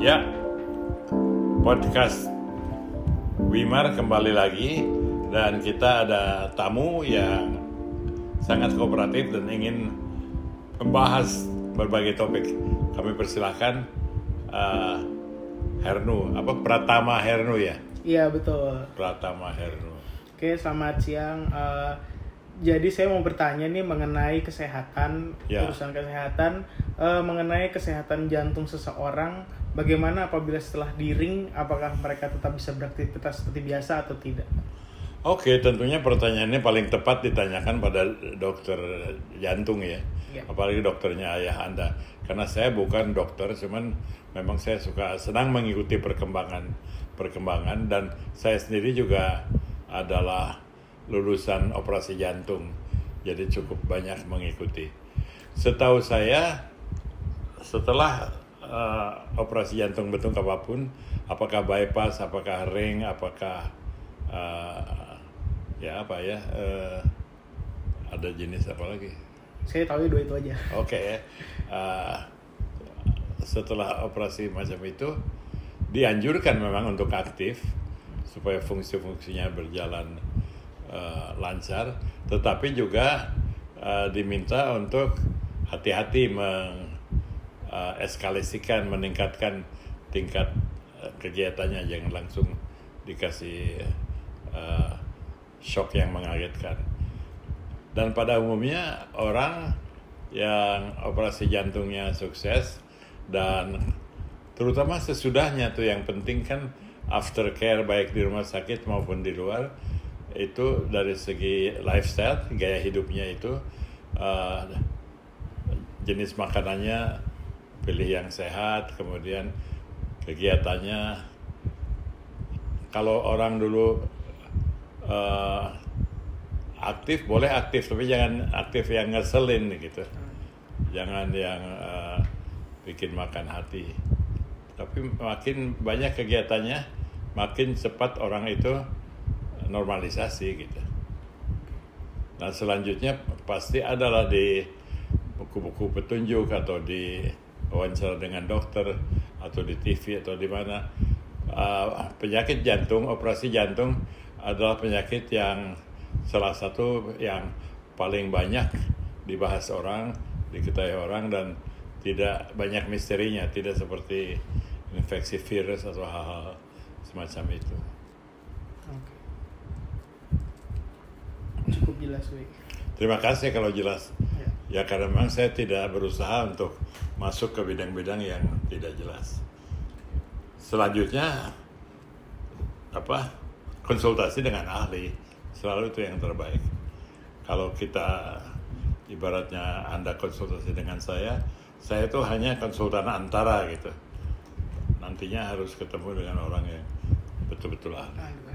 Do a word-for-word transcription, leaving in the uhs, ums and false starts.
Ya, podcast Wimar kembali lagi dan kita ada tamu yang sangat kooperatif dan ingin membahas berbagai topik. Kami persilahkan uh, Hernu, apa Pratama Hernu ya? Iya betul. Pratama Hernu. Oke, selamat siang. Uh, jadi saya mau bertanya nih mengenai kesehatan, ya. urusan kesehatan, uh, mengenai kesehatan jantung seseorang. Bagaimana apabila setelah di ring, apakah mereka tetap bisa beraktivitas seperti biasa atau tidak? Oke, tentunya pertanyaannya paling tepat ditanyakan pada dokter jantung ya. ya. Apalagi dokternya ayah Anda. Karena saya bukan dokter, cuman memang saya suka senang mengikuti perkembangan perkembangan dan saya sendiri juga adalah lulusan operasi jantung. Jadi cukup banyak mengikuti. Setahu saya setelah Uh, operasi jantung bentuk apapun, apakah bypass, apakah ring, apakah uh, ya apa ya, uh, ada jenis apa lagi? Saya tahu dua itu aja. Oke, okay, uh, setelah operasi macam itu dianjurkan memang untuk aktif supaya fungsi-fungsinya berjalan uh, lancar, tetapi juga uh, diminta untuk hati-hati meng Uh, eskalasikan, meningkatkan tingkat uh, kegiatannya, jangan langsung dikasih uh, shock yang mengagetkan. Dan pada umumnya orang yang operasi jantungnya sukses dan terutama sesudahnya tuh yang penting kan aftercare baik di rumah sakit maupun di luar, itu dari segi lifestyle, gaya hidupnya itu uh, jenis makanannya pilih yang sehat, kemudian kegiatannya. Kalau orang dulu uh, aktif, boleh aktif, tapi jangan aktif yang ngeselin gitu. Jangan yang uh, bikin makan hati. Tapi makin banyak kegiatannya, makin cepat orang itu normalisasi gitu. Nah selanjutnya pasti adalah di buku-buku petunjuk atau di wawancara dengan dokter atau di T V atau di mana, uh, penyakit jantung, operasi jantung adalah penyakit yang salah satu yang paling banyak dibahas orang, diketahui orang dan tidak banyak misterinya, tidak seperti infeksi virus atau hal-hal semacam itu. Oke. Cukup jelas, Wi. Terima kasih kalau jelas. Ya. Ya karena memang saya tidak berusaha untuk masuk ke bidang-bidang yang tidak jelas. Selanjutnya apa? Konsultasi dengan ahli. Selalu itu yang terbaik. Kalau kita ibaratnya Anda konsultasi dengan saya, saya itu hanya konsultan antara gitu. Nantinya harus ketemu dengan orang yang betul-betul ahli.